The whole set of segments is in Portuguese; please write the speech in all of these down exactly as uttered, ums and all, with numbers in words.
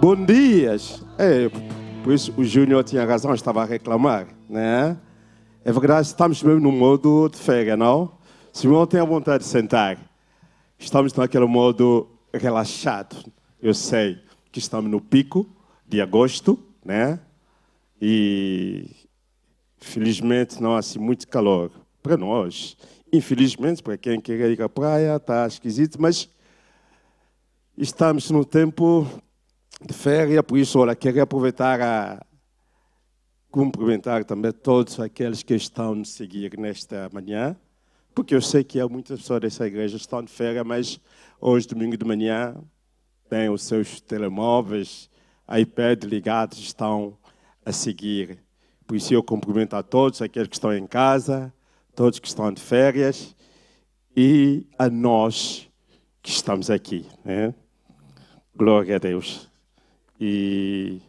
Bom dia! É, por isso o Júnior tinha razão, estava a reclamar, né? É verdade, estamos mesmo no modo de férias, não? Se o irmão tem a vontade de sentar, estamos naquele modo relaxado. Eu sei que estamos no pico de agosto, né? E felizmente não há assim muito calor para nós. Infelizmente, para quem quer ir à praia, está esquisito, mas estamos no tempo de férias, por isso, olha, quero aproveitar a cumprimentar também todos aqueles que estão nos seguir nesta manhã, porque eu sei que há muitas pessoas dessa igreja que estão de férias, mas hoje, domingo de manhã, têm os seus telemóveis, iPad ligados, estão a seguir. Por isso eu cumprimento a todos aqueles que estão em casa, todos que estão de férias e a nós que estamos aqui, né? Glória a Deus. E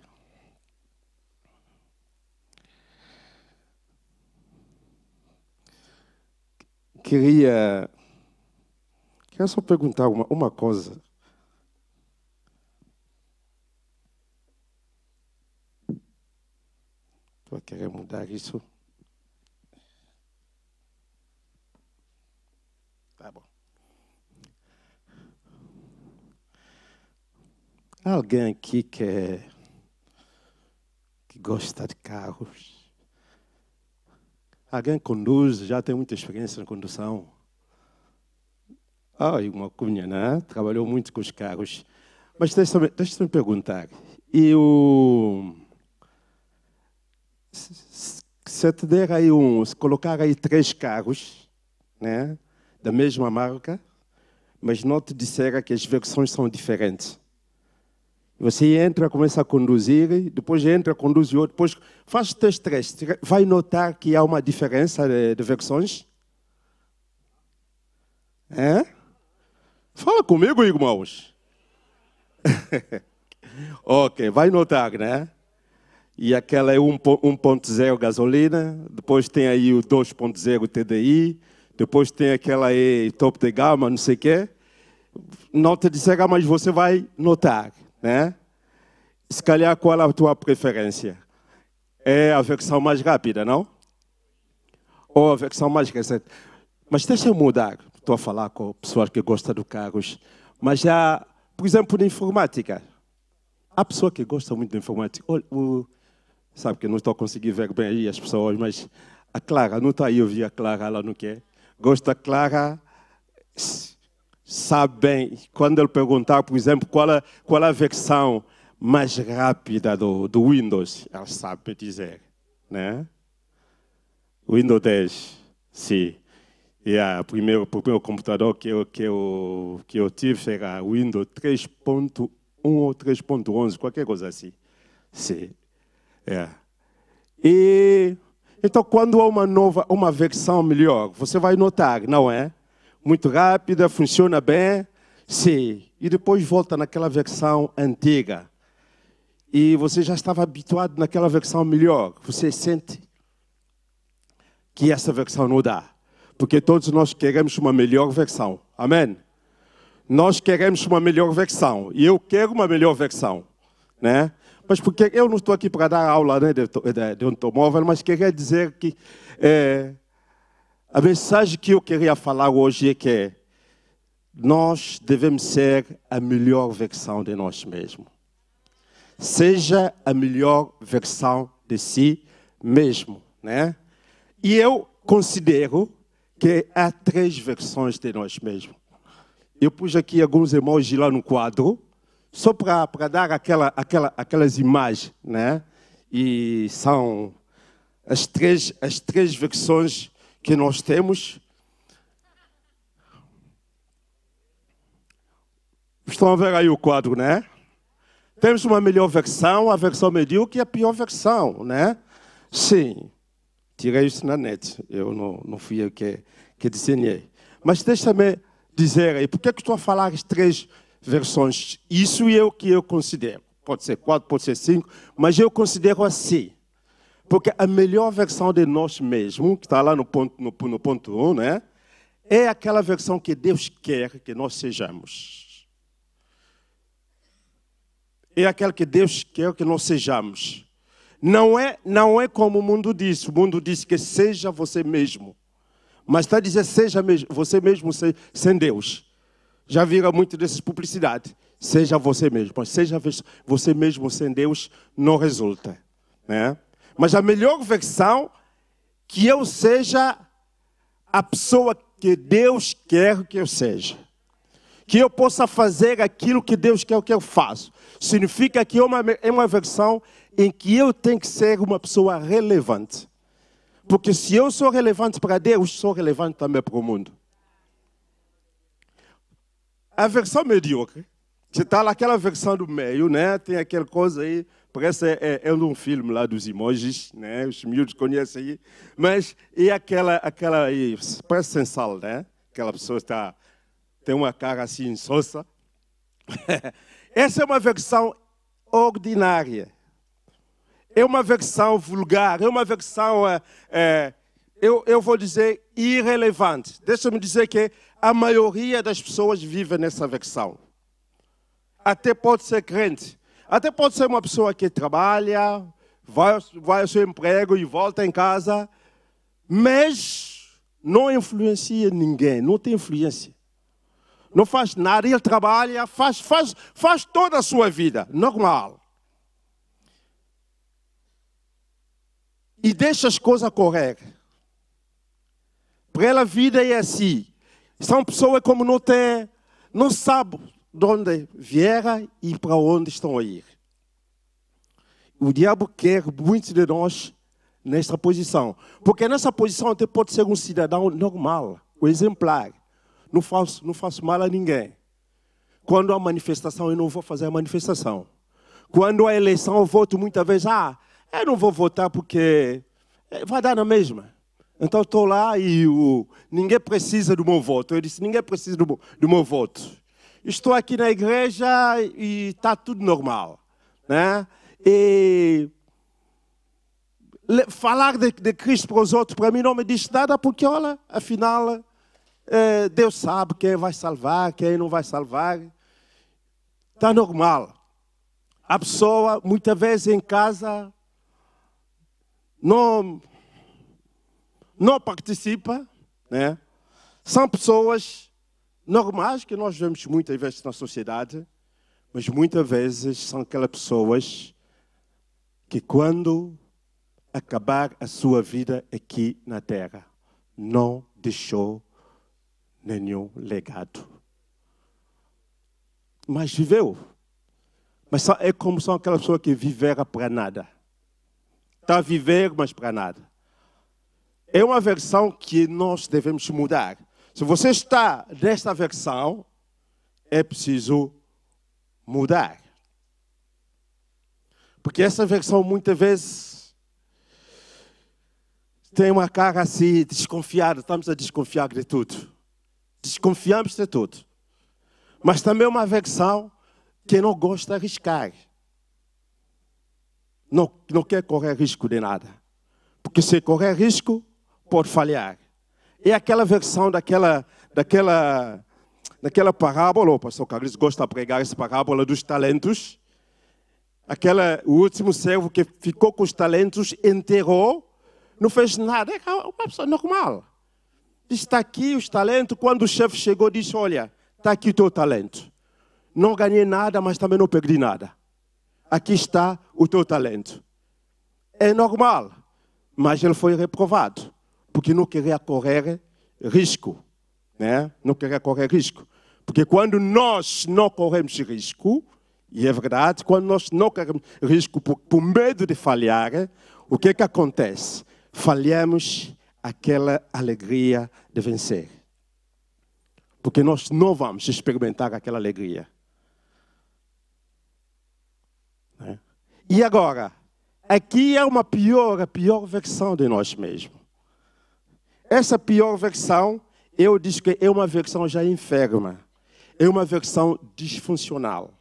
queria, queria só perguntar uma, uma coisa. Estou a querer mudar isso. Tá bom. Há alguém aqui que, é, que gosta de carros? Alguém conduz, já tem muita experiência na condução? Ah, e uma cunha, né? Trabalhou muito com os carros. Mas deixa-me deixa perguntar. E o... Se te der aí um... Se colocar aí três carros, né? Da mesma marca, mas não te disser que as versões são diferentes. Você entra, começa a conduzir, depois entra, conduz outro, depois faz teste três. Vai notar que há uma diferença de, de versões? É? Fala comigo, irmãos. Ok, vai notar, né? E aquela é um ponto zero gasolina, depois tem aí o dois ponto zero T D I, depois tem aquela aí top de gama, não sei o quê. Não te disser, mas você vai notar, né? Se calhar, qual é a tua preferência? É a versão mais rápida, não? Ou a versão mais recente? Mas deixa eu mudar. Estou a falar com pessoas que gostam de carros. Mas já, por exemplo, na informática. Há pessoa que gosta muito de informática. Olha, o, sabe que eu não estou a conseguir ver bem aí as pessoas, mas a Clara, não está aí a ouvir a Clara, ela não quer. Gosta da Clara, sabe bem. Quando ele perguntar, por exemplo, qual é, qual é a versão mais rápida do, do Windows, ela sabe me dizer, né? Windows dez, sim. Yeah, o primeiro, o primeiro computador que eu, que, eu, que eu tive era Windows três ponto um ou três ponto onze, qualquer coisa assim. Sim. Yeah. E, então, quando há uma nova, uma versão melhor, você vai notar, não é? Muito rápida, funciona bem, sim. E depois volta naquela versão antiga. E você já estava habituado naquela versão melhor. Você sente que essa versão não dá. Porque todos nós queremos uma melhor versão. Amém? Nós queremos uma melhor versão. E eu quero uma melhor versão. Né? Mas porque eu não estou aqui para dar aula, né, de, de, de automóvel, mas queria dizer que é, a mensagem que eu queria falar hoje é que nós devemos ser a melhor versão de nós mesmos. Seja a melhor versão de si mesmo, né? E eu considero que há três versões de nós mesmos. Eu pus aqui alguns emojis lá no quadro, só para para dar aquela, aquela, aquelas imagens, né? E são as três, as três versões que nós temos. Estão a ver aí o quadro, né? Temos uma melhor versão, a versão medíocre e a pior versão, né? Sim, tirei isso na net, eu não, não fui eu que, que desenhei. Mas deixa-me dizer aí, por que, é que estou a falar as três versões? Isso é o que eu considero. Pode ser quatro, pode ser cinco, mas eu considero assim. Porque a melhor versão de nós mesmos, que está lá no ponto, no, no ponto um, né? É aquela versão que Deus quer que nós sejamos. é aquele que Deus quer que nós sejamos. Não é, não é como o mundo diz. O mundo diz que seja você mesmo. Mas está a dizer seja você mesmo sem Deus. Já viram muito dessas publicidades. Seja você mesmo. Mas seja você mesmo sem Deus não resulta. Né? Mas a melhor versão, que eu seja a pessoa que Deus quer que eu seja. Que eu possa fazer aquilo que Deus quer que eu faça. Significa que é uma, é uma versão em que eu tenho que ser uma pessoa relevante. Porque se eu sou relevante para Deus, sou relevante também para o mundo. A versão medíocre, que está naquela versão do meio, né? Tem aquela coisa aí, parece é, é, é um filme lá dos emojis, né? Os miúdos conhecem aí. Mas é aquela, aquela aí, parece sem sal, né? Aquela pessoa está, tem uma cara assim insossa. Essa é uma versão ordinária. É uma versão vulgar, é uma versão, é, é, eu, eu vou dizer, irrelevante. Deixa-me dizer que a maioria das pessoas vive nessa versão. Até pode ser crente. Até pode ser uma pessoa que trabalha, vai, vai ao seu emprego e volta em casa, mas não influencia ninguém, não tem influência. Não faz nada, ele trabalha, faz, faz, faz toda a sua vida, normal. E deixa as coisas correr. Para ela a vida é assim. São pessoas como não tem, não sabem de onde vieram e para onde estão a ir. O diabo quer muitos de nós nesta posição. Porque nessa posição até pode ser um cidadão normal, um exemplar. Não faço, não faço mal a ninguém. Quando há manifestação, eu não vou fazer a manifestação. Quando há eleição, eu voto muitas vezes, ah, eu não vou votar porque vai dar na mesma. Então estou lá e o, ninguém precisa do meu voto. Eu disse, ninguém precisa do, do meu voto. Estou aqui na igreja e está tudo normal. Né? E falar de, de Cristo para os outros, para mim não me diz nada, porque olha, afinal, é, Deus sabe quem vai salvar, quem não vai salvar. Está normal. A pessoa, muitas vezes em casa, não, não participa, né? São pessoas normais que nós vemos muitas vezes na sociedade, mas muitas vezes são aquelas pessoas que quando acabar a sua vida aqui na Terra, não deixou nenhum legado. Mas viveu. Mas é como são aquelas pessoas que viveram para nada. Está a viver, mas para nada. É uma versão que nós devemos mudar. Se você está nesta versão, é preciso mudar. Porque essa versão, muitas vezes, tem uma cara assim, desconfiada. Estamos a desconfiar de tudo. Desconfiamos de tudo. Mas também é uma versão que não gosta de arriscar. Não, não quer correr risco de nada. Porque se correr risco, pode falhar. É aquela versão daquela, daquela, daquela parábola, o pastor Carlos gosta de pregar essa parábola dos talentos. Aquela, o último servo que ficou com os talentos, enterrou, não fez nada. É uma pessoa normal. Está aqui os talentos. Quando o chefe chegou, disse, olha, está aqui o teu talento. Não ganhei nada, mas também não perdi nada. Aqui está o teu talento. É normal, mas ele foi reprovado, porque não queria correr risco. Né? Não queria correr risco. Porque quando nós não corremos risco, e é verdade, quando nós não corremos risco por, por medo de falhar, o que é que acontece? Falhamos aquela alegria de vencer. Porque nós não vamos experimentar aquela alegria. Né? E agora, aqui é uma pior, a pior versão de nós mesmos. Essa pior versão, eu digo que é uma versão já enferma. É uma versão disfuncional.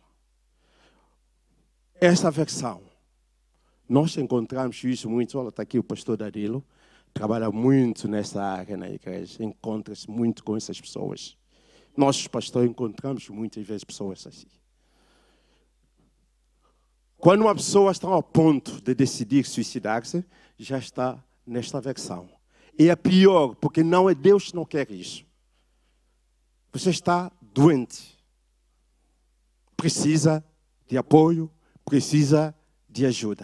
Essa versão, nós encontramos isso muito. Olha, está aqui o pastor Danilo, trabalha muito nessa área na igreja, encontra-se muito com essas pessoas. Nós, pastores, encontramos muitas vezes pessoas assim. Quando uma pessoa está ao ponto de decidir suicidar-se, já está nesta versão. E é pior, porque não é Deus que não quer isso. Você está doente. Precisa de apoio, precisa de ajuda.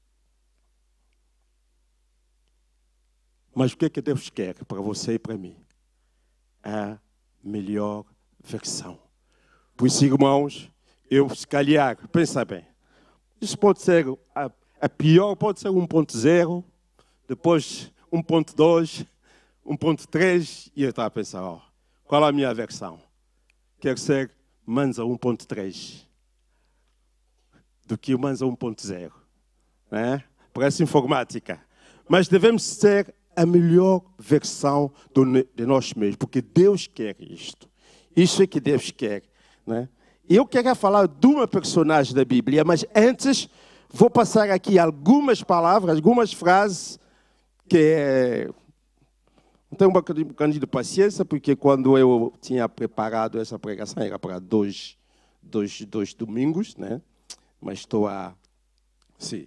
Mas o que é que Deus quer para você e para mim? A melhor versão. Por isso, irmãos, eu, se calhar, pensa bem. Isso pode ser, a, a pior pode ser um ponto zero, depois um ponto dois, um ponto três, e eu estava a pensar, ó, qual é a minha versão? Quero ser Manza um ponto três do que o Manza um ponto zero. Né? Parece informática. Mas devemos ser a melhor versão do, de nós mesmos, porque Deus quer isto. Isso é que Deus quer. Né? Eu quero falar de uma personagem da Bíblia, mas antes vou passar aqui algumas palavras, algumas frases que é... tenho um bocadinho de paciência, porque quando eu tinha preparado essa pregação, era para dois, dois, dois domingos, né? Mas estou a... Sim.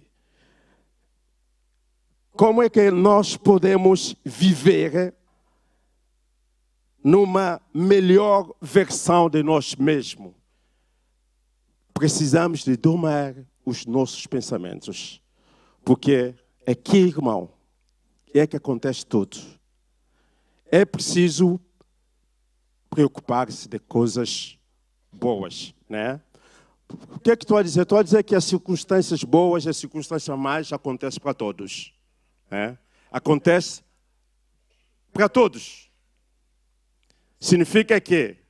Como é que nós podemos viver numa melhor versão de nós mesmos? Precisamos de domar os nossos pensamentos. Porque aqui, irmão, é que acontece tudo. É preciso preocupar-se de coisas boas, né? O que é que estou a dizer? Estou a dizer que as circunstâncias boas, as circunstâncias más, acontecem para todos. Né? Acontece para todos. Significa que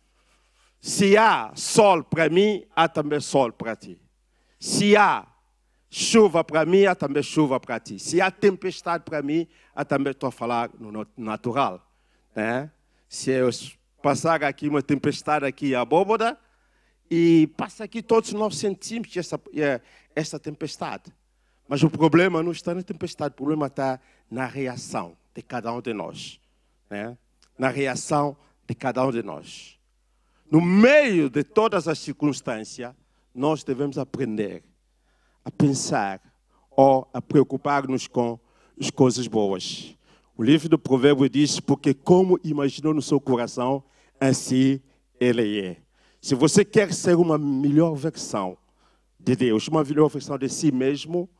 se há sol para mim, há também sol para ti. Se há chuva para mim, há também chuva para ti. Se há tempestade para mim, há também, estou a falar no natural. Né? Se eu passar aqui uma tempestade aqui a abóbora, e passa aqui todos nós sentimos essa, essa tempestade. Mas o problema não está na tempestade, o problema está na reação de cada um de nós. Né? Na reação de cada um de nós. No meio de todas as circunstâncias, nós devemos aprender a pensar ou a preocupar-nos com as coisas boas. O livro do Provérbio diz, porque como imaginou no seu coração, assim ele é. Se você quer ser uma melhor versão de Deus, uma melhor versão de si mesmo,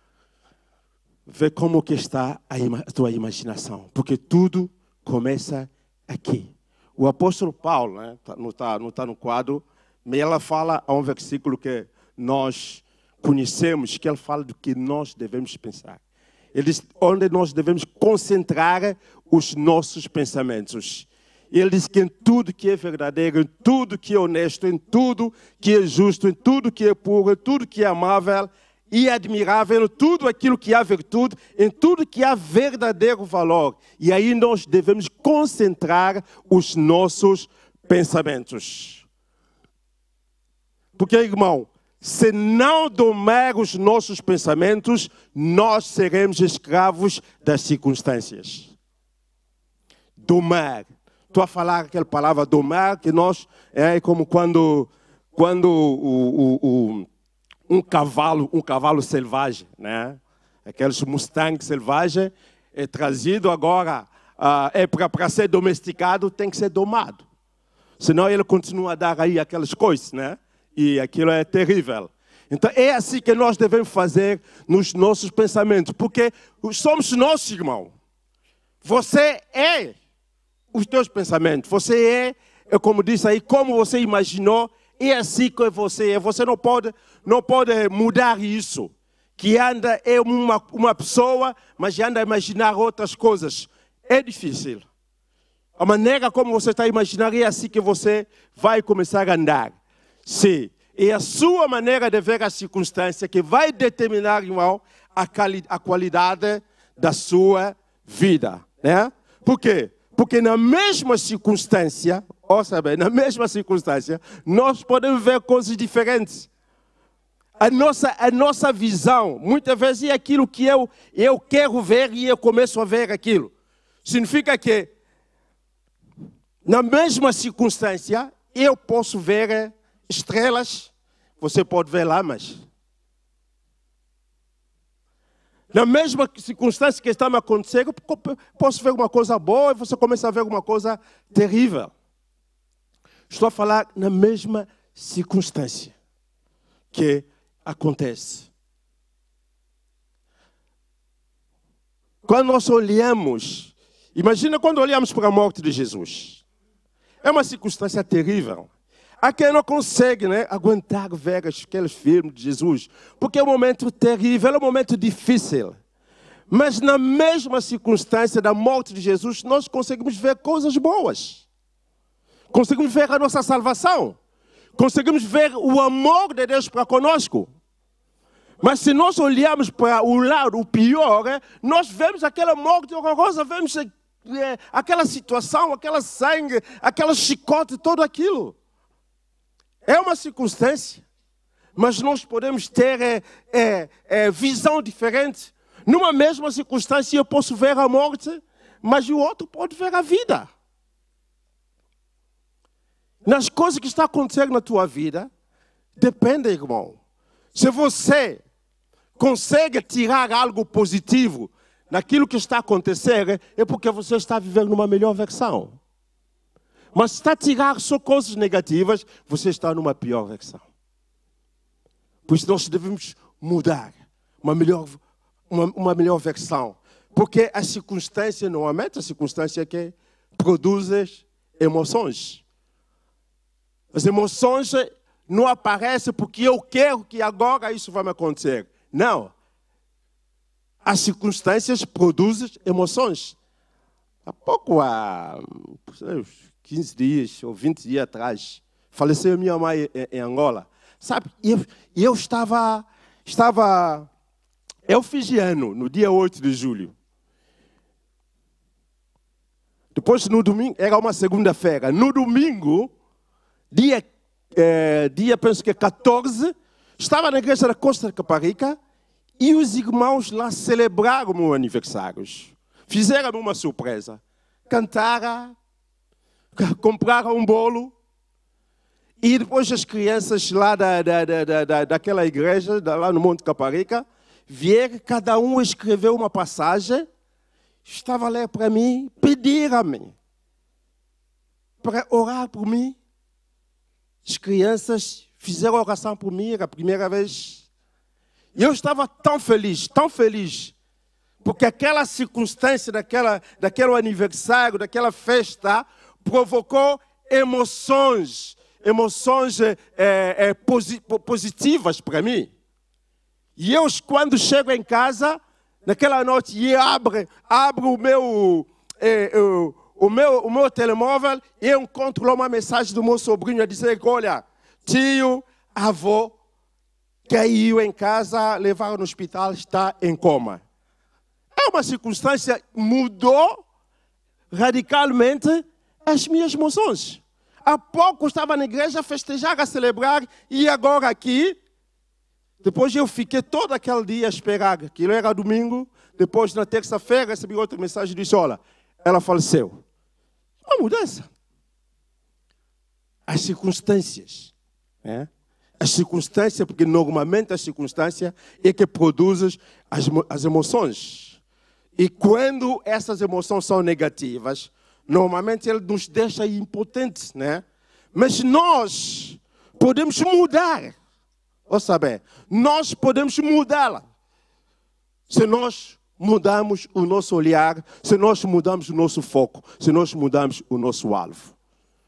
vê como que está a, a tua imaginação. Porque tudo começa aqui. O apóstolo Paulo, né, não está não tá no quadro, mas ela fala a um versículo que nós conhecemos, que ele fala do que nós devemos pensar. Ele diz onde nós devemos concentrar os nossos pensamentos. Ele diz que em tudo que é verdadeiro, em tudo que é honesto, em tudo que é justo, em tudo que é puro, em tudo que é amável e admirável, em tudo aquilo que há virtude, em tudo que há verdadeiro valor. E aí nós devemos concentrar os nossos pensamentos. Porque, irmão, se não domar os nossos pensamentos, nós seremos escravos das circunstâncias. Domar. Estou a falar aquela palavra domar, que nós, é como quando, quando o, o, o, um cavalo, um cavalo selvagem, né? Aqueles Mustang selvagem, é trazido agora, uh, é para ser domesticado, tem que ser domado. Senão ele continua a dar aí aquelas coisas, né? E aquilo é terrível. Então é assim que nós devemos fazer nos nossos pensamentos, porque somos nossos, irmão. Você é os teus pensamentos. Você é, é, como disse aí, como você imaginou, é assim que você é. Você não pode, não pode mudar isso. Que anda é uma, uma pessoa, mas anda a imaginar outras coisas. É difícil. A maneira como você está a imaginar é assim que você vai começar a andar. Sim. É a sua maneira de ver a circunstância que vai determinar, irmão, a, quali a qualidade da sua vida. Né? Por quê? Porque na mesma circunstância, ouça bem, na mesma circunstância, nós podemos ver coisas diferentes. A nossa, a nossa visão, muitas vezes, é aquilo que eu, eu quero ver e eu começo a ver aquilo. Significa que, na mesma circunstância, eu posso ver estrelas, você pode ver lamas. Na mesma circunstância que está me acontecendo, eu posso ver uma coisa boa e você começa a ver uma coisa terrível. Estou a falar na mesma circunstância que acontece. Quando nós olhamos, imagina quando olhamos para a morte de Jesus. É uma circunstância terrível. Há quem não consegue, né, aguentar ver aqueles filmes de Jesus, porque é um momento terrível, é um momento difícil. Mas na mesma circunstância da morte de Jesus, nós conseguimos ver coisas boas. Conseguimos ver a nossa salvação. Conseguimos ver o amor de Deus para conosco. Mas se nós olharmos para o lado, o pior, é, nós vemos aquela morte horrorosa, vemos é, aquela situação, aquela sangue, aquela chicote, tudo aquilo. É uma circunstância, mas nós podemos ter é, é, é, visão diferente. Numa mesma circunstância eu posso ver a morte, mas o outro pode ver a vida. Nas coisas que estão acontecendo na tua vida, depende, irmão. Se você consegue tirar algo positivo naquilo que está acontecendo, é porque você está vivendo numa melhor versão. Mas se está a tirar só coisas negativas, você está numa pior versão. Por isso nós devemos mudar uma melhor, uma, uma melhor versão. Porque a circunstância, normalmente, a circunstância é que produz emoções. As emoções não aparecem porque eu quero que agora isso vai me acontecer. Não. As circunstâncias produzem emoções. Há pouco, há quinze dias ou vinte dias atrás, faleceu minha mãe em Angola. Sabe, eu, eu estava, estava, eu fiz ano, no dia oito de julho. Depois, no domingo, era uma segunda-feira. No domingo, dia, eh, dia penso que catorze, estava na igreja da Costa de Caparica e os irmãos lá celebraram o meu aniversário. Fizeram uma surpresa. Cantaram, compraram um bolo. E depois as crianças lá da, da, da, da, daquela igreja, lá no Monte Caparica, vieram, cada um escreveu uma passagem, estava a ler para mim, pediram-me para orar por mim. As crianças fizeram oração por mim, era a primeira vez. E eu estava tão feliz, tão feliz, porque aquela circunstância, daquela, daquele aniversário, daquela festa, provocou emoções, emoções é, é, positivas para mim. E eu, quando chego em casa, naquela noite, e abro, abro o, meu, é, o, o, meu, o meu telemóvel e eu encontro lá uma mensagem do meu sobrinho a dizer, olha, tio, avô, caiu em casa, levaram no hospital, está em coma. É uma circunstância que mudou radicalmente as minhas emoções. Há pouco eu estava na igreja a festejar, a celebrar, e agora aqui, depois eu fiquei todo aquele dia a esperar. Aquilo era domingo, depois na terça-feira recebi outra mensagem e disse, olha, ela faleceu. Uma mudança. As circunstâncias. Né? As circunstâncias, porque normalmente a circunstância é que produz as, as emoções. E quando essas emoções são negativas, normalmente ele nos deixa impotentes, né? Mas nós podemos mudar. Ou saber, nós podemos mudá-la. Se nós mudarmos o nosso olhar, se nós mudarmos o nosso foco, se nós mudarmos o nosso alvo.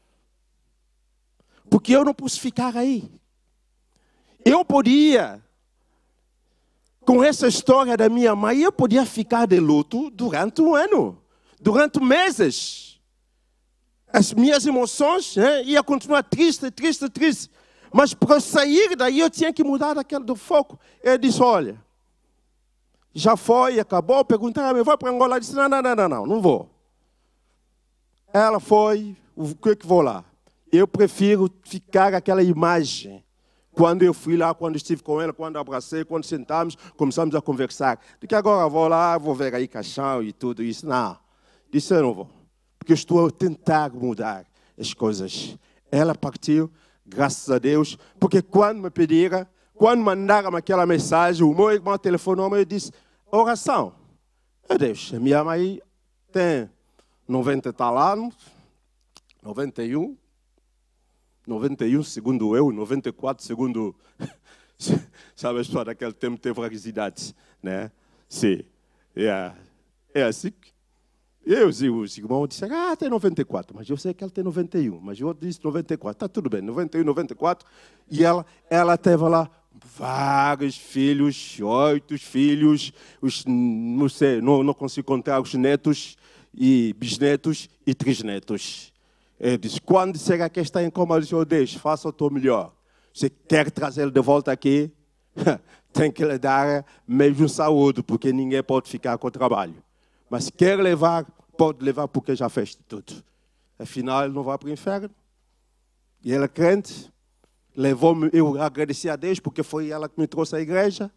Porque eu não posso ficar aí. Eu podia, com essa história da minha mãe, eu podia ficar de luto durante um ano, durante meses. As minhas emoções né, iam continuar triste, triste, triste. Mas para sair daí eu tinha que mudar daquele do foco. Ele disse, olha, já foi, acabou. Perguntaram, vai para Angola? Eu disse, não, não, não, não, não, não vou. Ela foi, o que que vou lá? Eu prefiro ficar aquela imagem. Quando eu fui lá, quando estive com ela, quando abracei, quando sentamos, começamos a conversar. Do que agora vou lá, vou ver aí caixão e tudo isso. Não, disse eu não vou. Porque eu estou a tentar mudar as coisas. Ela partiu, graças a Deus, porque quando me pediram, quando mandaram aquela mensagem, o meu irmão telefonou-me e disse, oração. Meu Deus, a minha mãe tem noventa e tal anos, noventa e um, noventa e um segundo eu, noventa e quatro segundo, sabe, as pessoas daquele tempo teve várias idades, né? Sim, é, é assim que eu e os irmãos disseram, ah, tem noventa e quatro, mas eu sei que ela tem noventa e um, mas eu disse noventa e quatro, está tudo bem, noventa e um, noventa e quatro, e ela, ela teve lá vários filhos, oito filhos, os, não sei, não, não consigo contar os netos, e bisnetos e trisnetos. Ele disse, quando chegar que está em coma, ele disse, oh Deus, faça o teu melhor. Você quer trazê-lo de volta aqui? Tem que lhe dar mesmo saúde, porque ninguém pode ficar com o trabalho. Mas quer levar, pode levar, porque já fez tudo. Afinal, ele não vai para o inferno. E ele é crente. Levou-me, eu agradeci a Deus, porque foi ela que me trouxe à igreja.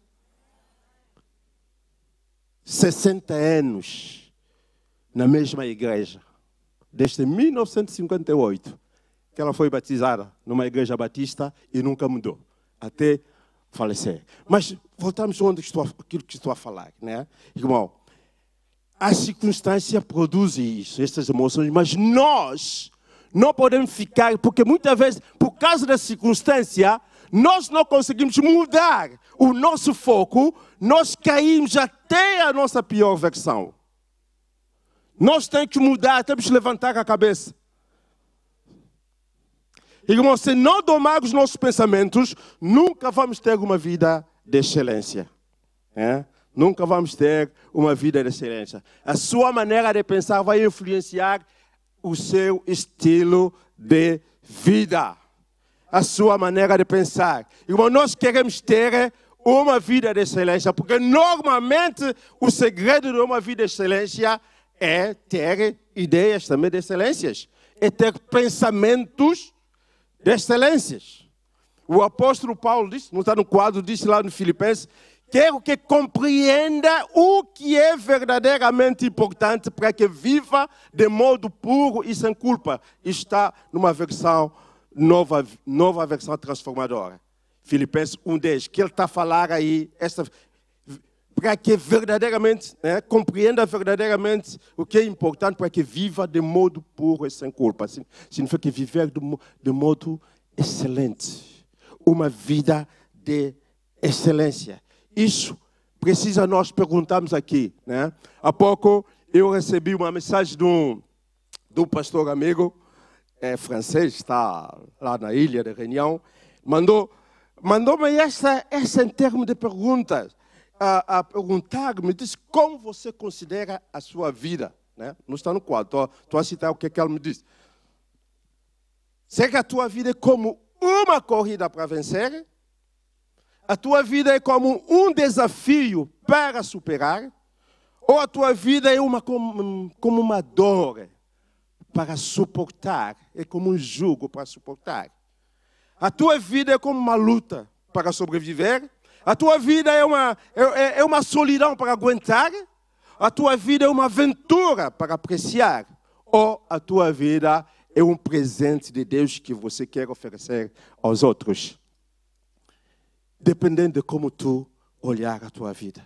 sessenta anos na mesma igreja. Desde mil novecentos e cinquenta e oito, que ela foi batizada numa igreja batista e nunca mudou, até falecer. Mas voltamos onde estou, aquilo que estou a falar, né? Irmão, a circunstância produz isso, essas emoções, mas nós não podemos ficar, porque muitas vezes, por causa da circunstância, nós não conseguimos mudar o nosso foco, nós caímos até a nossa pior versão. Nós temos que mudar, temos que levantar a cabeça. Irmão, se não domarmos os nossos pensamentos, nunca vamos ter uma vida de excelência. É? Nunca vamos ter uma vida de excelência. A sua maneira de pensar vai influenciar o seu estilo de vida. A sua maneira de pensar. Irmão, nós queremos ter uma vida de excelência, porque normalmente o segredo de uma vida de excelência é ter ideias também de excelências. É ter pensamentos de excelências. O apóstolo Paulo disse, não está no quadro, disse lá no Filipenses, quero que compreenda o que é verdadeiramente importante para que viva de modo puro e sem culpa. Está numa versão nova, nova versão transformadora. Filipenses um dez, que ele está a falar aí, essa, para que verdadeiramente, né, compreenda verdadeiramente o que é importante para que viva de modo puro e sem culpa. Significa que viver de, de modo excelente. Uma vida de excelência. Isso precisa nós perguntarmos aqui, né? Há pouco eu recebi uma mensagem de um, de um pastor amigo é, francês, está lá na ilha de Réunion, mandou, mandou-me essa, essa em termos de perguntas, a, a perguntar-me, disse, como você considera a sua vida? Né? Não está no quadro, estou a citar o que, é que ele me disse. Será que a tua vida é como uma corrida para vencer? A tua vida é como um desafio para superar? Ou a tua vida é uma, como, como uma dor para suportar? É como um jugo para suportar? A tua vida é como uma luta para sobreviver? A tua vida é uma, é, é uma solidão para aguentar? A tua vida é uma aventura para apreciar? Ou a tua vida é um presente de Deus que você quer oferecer aos outros? Dependendo de como tu olhar a tua vida.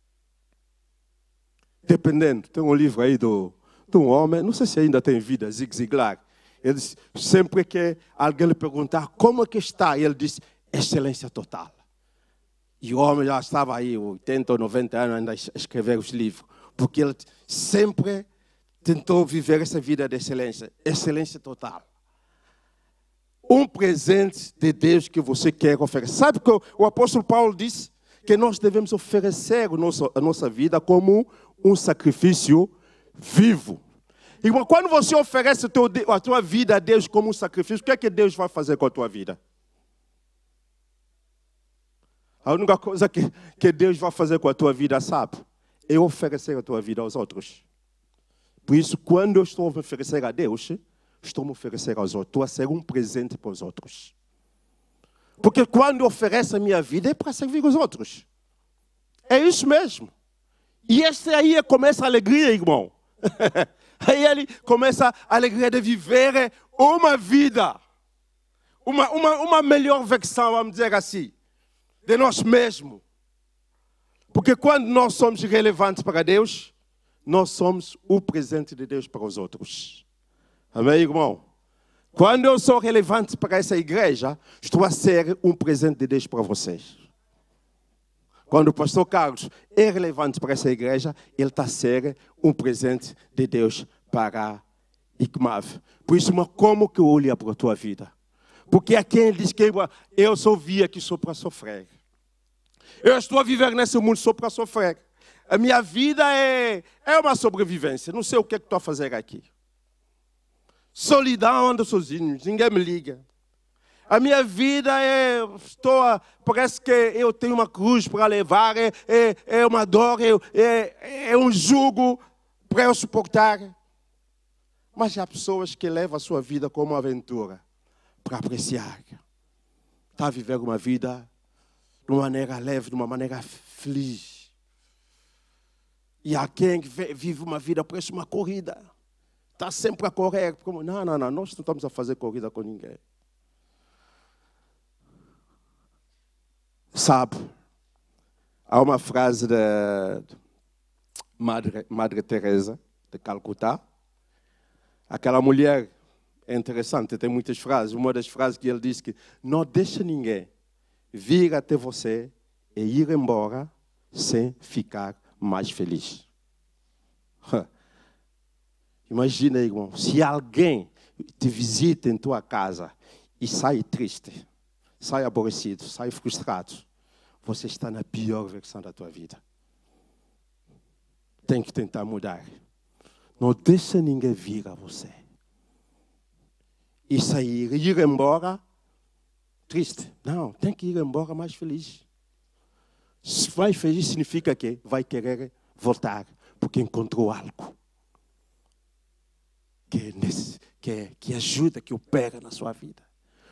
Dependendo. Tem um livro aí do, de um homem, não sei se ainda tem vida, Zig Ziglar. Ele disse, sempre que alguém lhe perguntar como é que está, ele disse, excelência total. E o homem já estava aí, oitenta ou noventa anos, ainda a escrever os livros. Porque ele sempre tentou viver essa vida de excelência. Excelência total. Um presente de Deus que você quer oferecer. Sabe que o apóstolo Paulo disse que nós devemos oferecer a nossa, a nossa vida como um sacrifício vivo. E quando você oferece a tua, a tua vida a Deus como um sacrifício, o que é que Deus vai fazer com a tua vida? A única coisa que, que Deus vai fazer com a tua vida, sabe? É oferecer a tua vida aos outros. Por isso, quando eu estou a oferecer a Deus, estou a me oferecer aos outros. Estou a ser um presente para os outros. Porque quando eu ofereço a minha vida, é para servir os outros. É isso mesmo. E essa aí começa a alegria, irmão. Aí ele começa a alegria de viver uma vida. Uma, uma, uma melhor versão, vamos dizer assim, de nós mesmos. Porque quando nós somos relevantes para Deus, nós somos o presente de Deus para os outros. Amém, irmão? Quando eu sou relevante para essa igreja, estou a ser um presente de Deus para vocês. Quando o pastor Carlos é relevante para essa igreja, ele está a ser um presente de Deus para a I C M A V. Por isso, mas como que eu olho para a tua vida? Porque há quem diz que eu só vi aqui só para sofrer. Eu estou a viver nesse mundo só para sofrer. A minha vida é, é uma sobrevivência. Não sei o que é que estou a fazer aqui. Solidão, ando sozinho, ninguém me liga. A minha vida é, estou a, parece que eu tenho uma cruz para levar, é, é, é uma dor, é, é, é um jugo para eu suportar. Mas há pessoas que levam a sua vida como uma aventura, para apreciar. Está a viver uma vida de uma maneira leve, de uma maneira feliz. E há quem vive uma vida, parece uma corrida. Está sempre a correr. Como, não, não, não, nós não estamos a fazer corrida com ninguém. Sabe, há uma frase da Madre, Madre Teresa de Calcutá. Aquela mulher é interessante, tem muitas frases. Uma das frases que ele diz que não deixa ninguém vir até você e ir embora sem ficar mais feliz. Imagina, irmão, se alguém te visita em tua casa e sai triste, sai aborrecido, sai frustrado, você está na pior versão da tua vida. Tem que tentar mudar. Não deixa ninguém vir a você. E sair, ir embora triste. Não, tem que ir embora mais feliz. Se vai feliz significa que vai querer voltar, porque encontrou algo que, que, que ajuda, que opera na sua vida.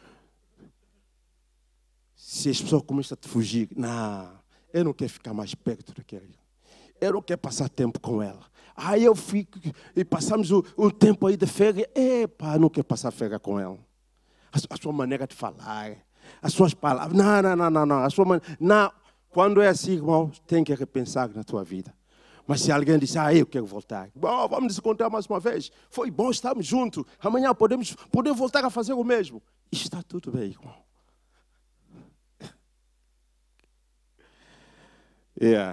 Se as pessoas começam a te fugir, não, eu não quero ficar mais perto daquele. Eu não quero passar tempo com ela. Aí eu fico, e passamos o, o tempo aí de férias, epa, não quero passar férias com ela. A, a sua maneira de falar, as suas palavras, não, não, não, não, não. A sua man... não. Quando é assim, irmão, tem que repensar na tua vida. Mas se alguém disser, ah, eu quero voltar. Bom, vamos nos encontrar mais uma vez. Foi bom estarmos juntos. Amanhã podemos, podemos voltar a fazer o mesmo. Está tudo bem, irmão. Yeah.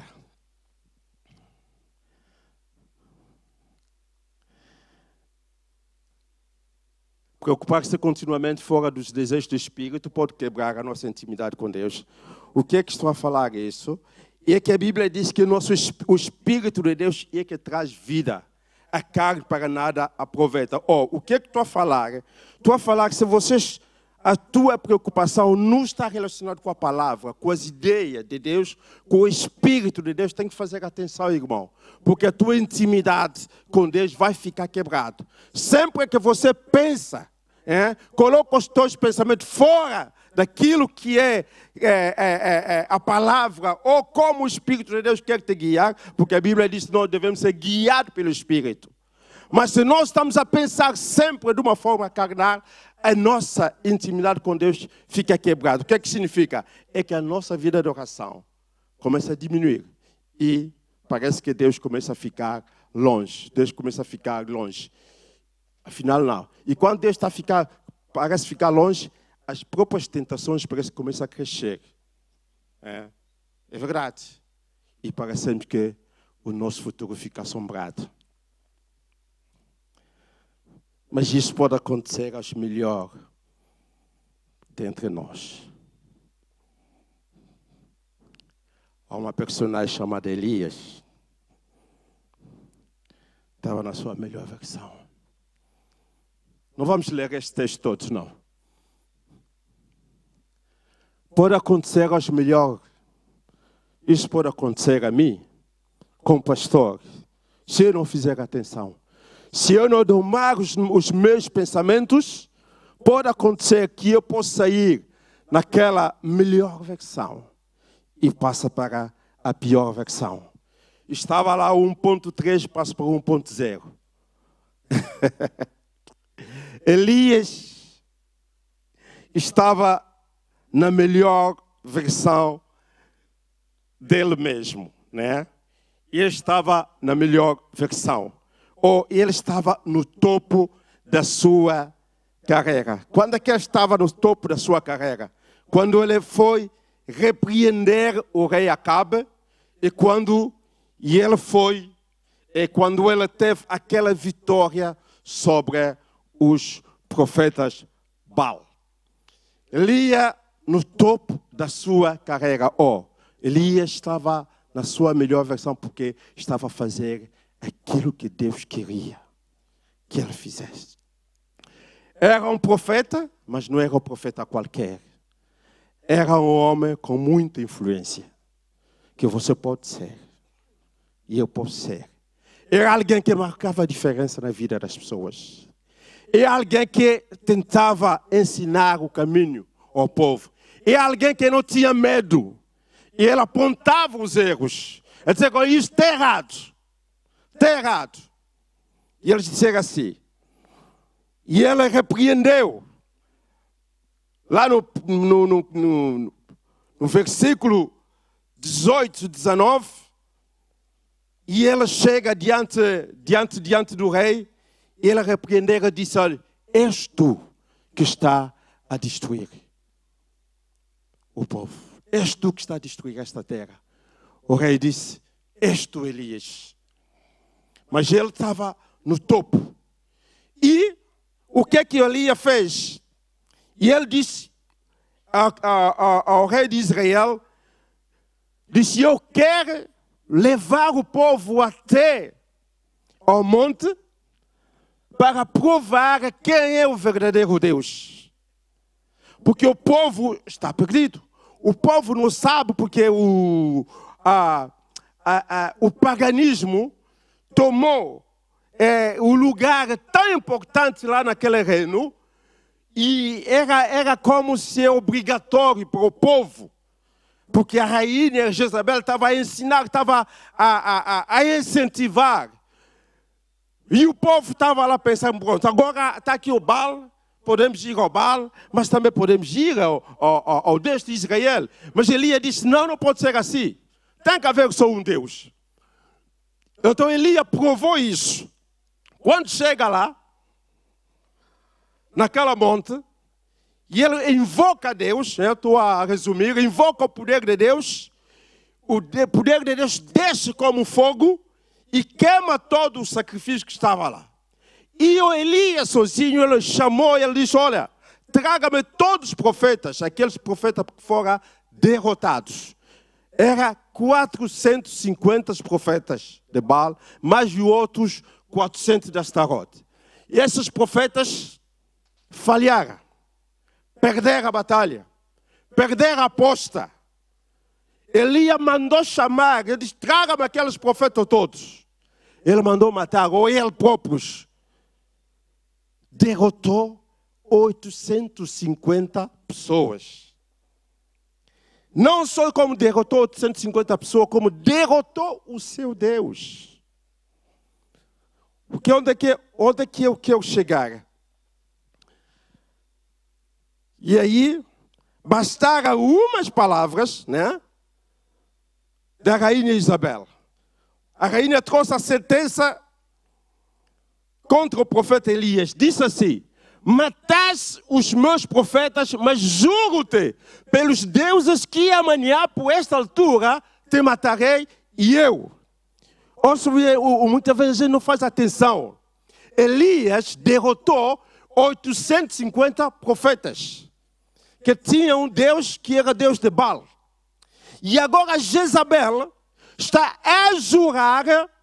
Preocupar-se continuamente fora dos desejos do Espírito pode quebrar a nossa intimidade com Deus. O que é que estou a falar isso? É que a Bíblia diz que o, nosso, o Espírito de Deus é que traz vida. A carne para nada aproveita. Oh, o que é que estou a falar? Estou a falar que se vocês, a tua preocupação não está relacionada com a palavra, com as ideias de Deus, com o Espírito de Deus, tem que fazer atenção, irmão. Porque a tua intimidade com Deus vai ficar quebrada. Sempre que você pensa, é, coloca os teus pensamentos fora daquilo que é, é, é, é a palavra ou como o Espírito de Deus quer te guiar, porque a Bíblia diz que nós devemos ser guiados pelo Espírito. Mas se nós estamos a pensar sempre de uma forma carnal, a nossa intimidade com Deus fica quebrada. O que é que significa? É que a nossa vida de oração começa a diminuir e parece que Deus começa a ficar longe. Deus começa a ficar longe. Afinal, não. E quando Deus está a ficar, parece ficar longe, as próprias tentações parecem que começam a crescer. É, é verdade. E parecemos que o nosso futuro fica assombrado. Mas isso pode acontecer aos melhores dentre nós. Há uma personagem chamada Elias. Estava na sua melhor versão. Não vamos ler este texto todos, não. Pode acontecer aos melhores. Isso pode acontecer a mim, como pastor, se eu não fizer atenção. Se eu não domar os, os meus pensamentos, pode acontecer que eu possa sair naquela melhor versão e passa para a pior versão. Estava lá um ponto três, passa para um ponto zero. Elias estava na melhor versão dele mesmo. né? Ele estava na melhor versão. Ou ele estava no topo da sua carreira. Quando é que ele estava no topo da sua carreira? Quando ele foi repreender o rei Acabe e quando e ele foi e quando ele teve aquela vitória sobre os profetas Baal. Ele ia no topo da sua carreira. Oh, Elias estava na sua melhor versão porque estava a fazer aquilo que Deus queria que ele fizesse. Era um profeta, mas não era um profeta qualquer. Era um homem com muita influência, que você pode ser, e eu posso ser. Era alguém que marcava a diferença na vida das pessoas. Era alguém que tentava ensinar o caminho ao povo. Era alguém que não tinha medo. E ele apontava os erros. Ele dizia que isso está errado. Está errado. E eles disseram assim. E ele repreendeu. Lá no, no, no, no, no versículo dezoito, dezenove, e ele chega diante, diante, diante do rei, e ele repreendeu e disse, olha, és tu que está a destruir o povo. És tu que está a destruir esta terra. O rei disse, és tu, Elias. Mas ele estava no topo. E o que é que Elias fez? E ele disse ao, ao, ao rei de Israel, disse, eu quero levar o povo até ao monte para provar quem é o verdadeiro Deus. Porque o povo está perdido. O povo não sabe porque o, a, a, a, o paganismo tomou é, o lugar tão importante lá naquele reino. E era, era como se é obrigatório para o povo. Porque a rainha Jezabel estava a ensinar, estava a, a, a incentivar. E o povo estava lá pensando, pronto, agora está aqui o Baal, podemos ir ao Baal, mas também podemos ir ao, ao, ao Deus de Israel. Mas Elias disse, não, não pode ser assim. Tem que haver só um Deus. Então Elias provou isso. Quando chega lá, naquela monte, e ele invoca Deus, eu estou a resumir, invoca o poder de Deus, o de, poder de Deus desce como fogo e queima todo o sacrifício que estava lá. E o Elias sozinho, ele chamou, ele disse, olha, traga-me todos os profetas, aqueles profetas que foram derrotados. Era quatrocentos e cinquenta profetas de Baal, mais os outros quatrocentos de Astarote. E esses profetas falharam, perderam a batalha, perderam a aposta. Elias mandou chamar, ele disse, traga-me aqueles profetas todos. Ele mandou matar, ou ele próprios. Derrotou oitocentos e cinquenta pessoas. Não só como derrotou oitocentos e cinquenta pessoas, como derrotou o seu Deus. Porque onde é que, onde é que eu quero chegar? E aí, bastaram umas palavras, né, da rainha Isabel. A rainha trouxe a sentença contra o profeta Elias. Disse assim, mataste os meus profetas, mas juro-te, pelos deuses que amanhã, por esta altura, te matarei e eu. Ouça, muitas vezes a gente não faz atenção. Elias derrotou oitocentos e cinquenta profetas que tinham um Deus que era Deus de Baal. E agora Jezabel está a jurar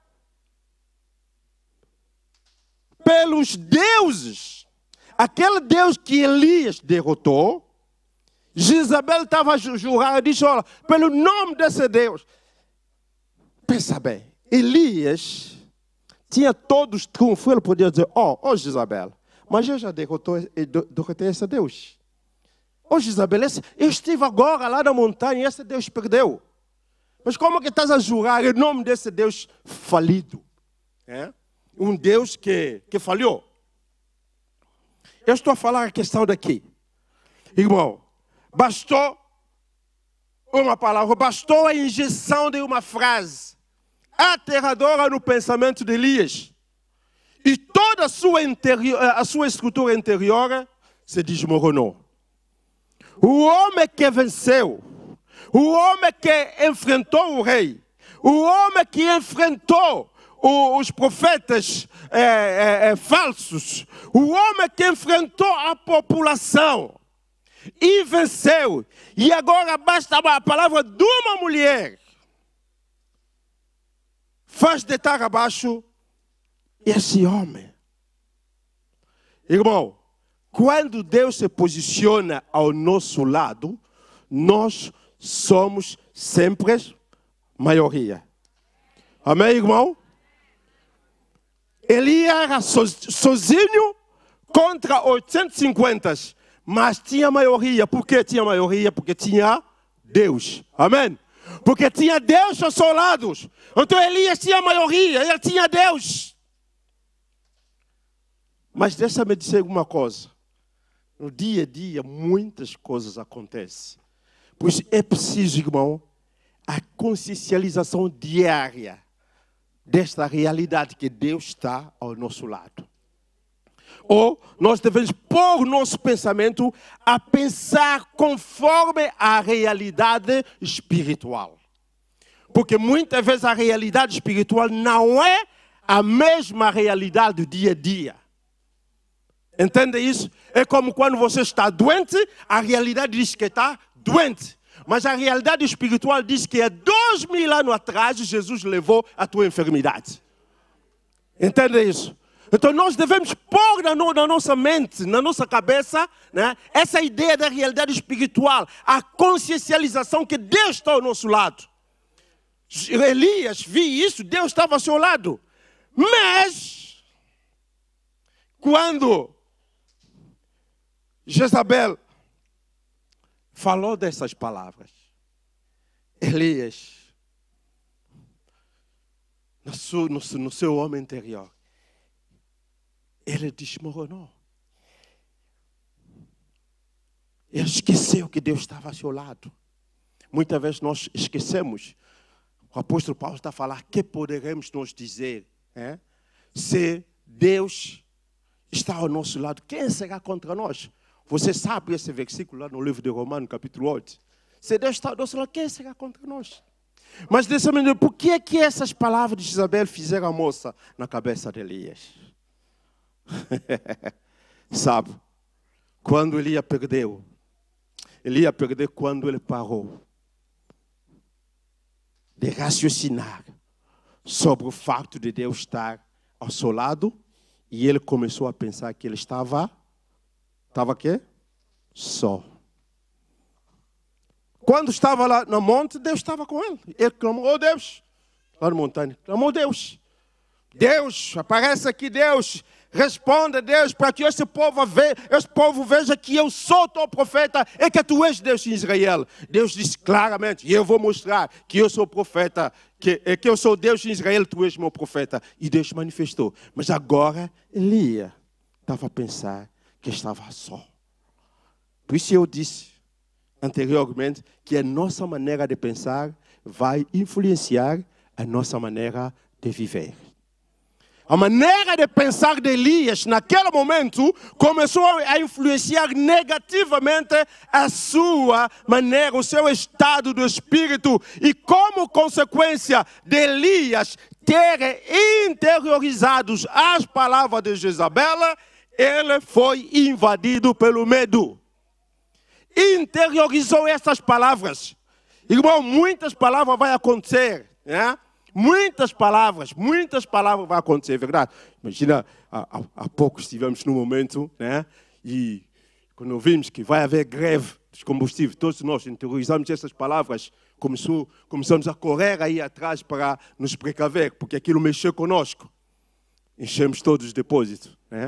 pelos deuses. Aquele Deus que Elias derrotou, Jezabel estava a jurar e disse, olha, pelo nome desse Deus. Pensa bem, Elias tinha todos os triunfos, ele podia dizer, ó, oh, oh, Jezabel, mas eu já derrotou, derrotei esse Deus. Ó, oh, Jezabel, eu estive agora lá na montanha e esse Deus perdeu. Mas como que estás a jurar em nome desse Deus falido? É? Um Deus que, que falhou. Eu estou a falar a questão daqui. Irmão, bastou uma palavra, bastou a injeção de uma frase aterradora no pensamento de Elias. E toda a sua, interior, a sua estrutura interior se desmoronou. O homem que venceu, o homem que enfrentou o rei, o homem que enfrentou os profetas é, é, é, falsos, o homem que enfrentou a população e venceu. E agora basta a palavra de uma mulher faz deitar abaixo esse homem. Irmão, quando Deus se posiciona ao nosso lado, nós somos sempre maioria. Amém, irmão? Ele era sozinho contra oitocentos e cinquenta, mas tinha maioria. Por que tinha maioria? Porque tinha Deus. Amém? Porque tinha Deus ao seu lado. Então Elias tinha maioria, ele tinha Deus. Mas deixa-me dizer uma coisa. No dia a dia, muitas coisas acontecem. Pois é preciso, irmão, a consciencialização diária desta realidade que Deus está ao nosso lado. Ou nós devemos pôr nosso pensamento a pensar conforme a realidade espiritual. Porque muitas vezes a realidade espiritual não é a mesma realidade do dia a dia. Entende isso? É como quando você está doente, a realidade diz que está doente. Mas a realidade espiritual diz que há dois mil anos atrás Jesus levou a tua enfermidade. Entende isso? Então nós devemos pôr na, no, na nossa mente, na nossa cabeça, né, essa ideia da realidade espiritual, a consciencialização que Deus está ao nosso lado. Elias viu isso, Deus estava ao seu lado. Mas, quando Jezabel falou dessas palavras, Elias, no seu, no, no seu homem interior, ele desmoronou. Ele esqueceu que Deus estava ao seu lado. Muitas vezes nós esquecemos. O apóstolo Paulo está a falar, que poderemos nós dizer? É? Se Deus está ao nosso lado, quem será contra nós? Você sabe esse versículo lá no livro de Romanos, capítulo oito. Se Deus está ao nosso lado, quem será contra nós? Mas dessa maneira, por que que essas palavras de Jezabel fizeram a moça na cabeça de Elias? Sabe, quando Elias perdeu, Elias perdeu quando ele parou de raciocinar sobre o fato de Deus estar ao seu lado e ele começou a pensar que ele estava, estava o quê? Só. Quando estava lá no monte, Deus estava com ele. Ele clamou, oh Deus, lá na montanha, clamou Deus. Deus, aparece aqui Deus. Responda, Deus, para que esse povo, veja, esse povo veja que eu sou teu profeta e que tu és Deus em Israel. Deus disse claramente, e eu vou mostrar que eu sou profeta, que, que eu sou Deus em Israel, tu és meu profeta. E Deus manifestou. Mas agora, Elias estava a pensar que estava só. Por isso eu disse anteriormente que a nossa maneira de pensar vai influenciar a nossa maneira de viver. A maneira de pensar de Elias, naquele momento, começou a influenciar negativamente a sua maneira, o seu estado do espírito. E como consequência de Elias ter interiorizado as palavras de Jezabel, ele foi invadido pelo medo. Interiorizou essas palavras. Irmão, muitas palavras vão acontecer, né? Muitas palavras, muitas palavras vão acontecer, é verdade? Imagina, há, há pouco estivemos num momento, né? E quando ouvimos que vai haver greve dos combustíveis, todos nós interiorizamos essas palavras, começou, começamos a correr aí atrás para nos precaver, porque aquilo mexeu conosco. Enchemos todos os depósitos, né?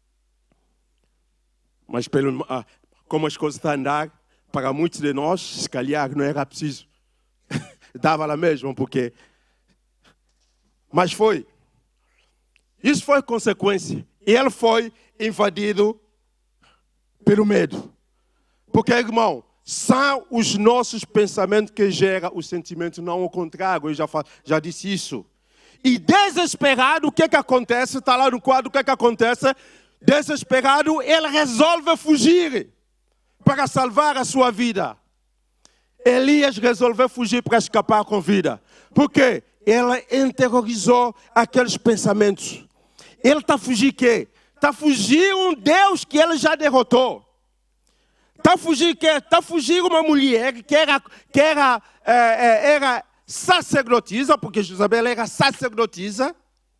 Mas pelo, como as coisas estão a andar, para muitos de nós, se calhar não era preciso. Dava lá mesmo, porque... Mas foi. Isso foi consequência. E ele foi invadido pelo medo. Porque, irmão, São os nossos pensamentos que geram o sentimento, não o contrário. Eu já, já disse isso. E desesperado, o que que acontece? Está lá no quadro, o que que acontece? Desesperado, ele resolve fugir para salvar a sua vida. Elias resolveu fugir para escapar com vida. Por quê? Ele interiorizou aqueles pensamentos. Ele está fugindo o quê? Está fugindo um Deus que ele já derrotou. Está fugindo o quê? Está fugindo uma mulher que era, que era, é, era sacerdotisa, porque Jezabel era sacerdotisa,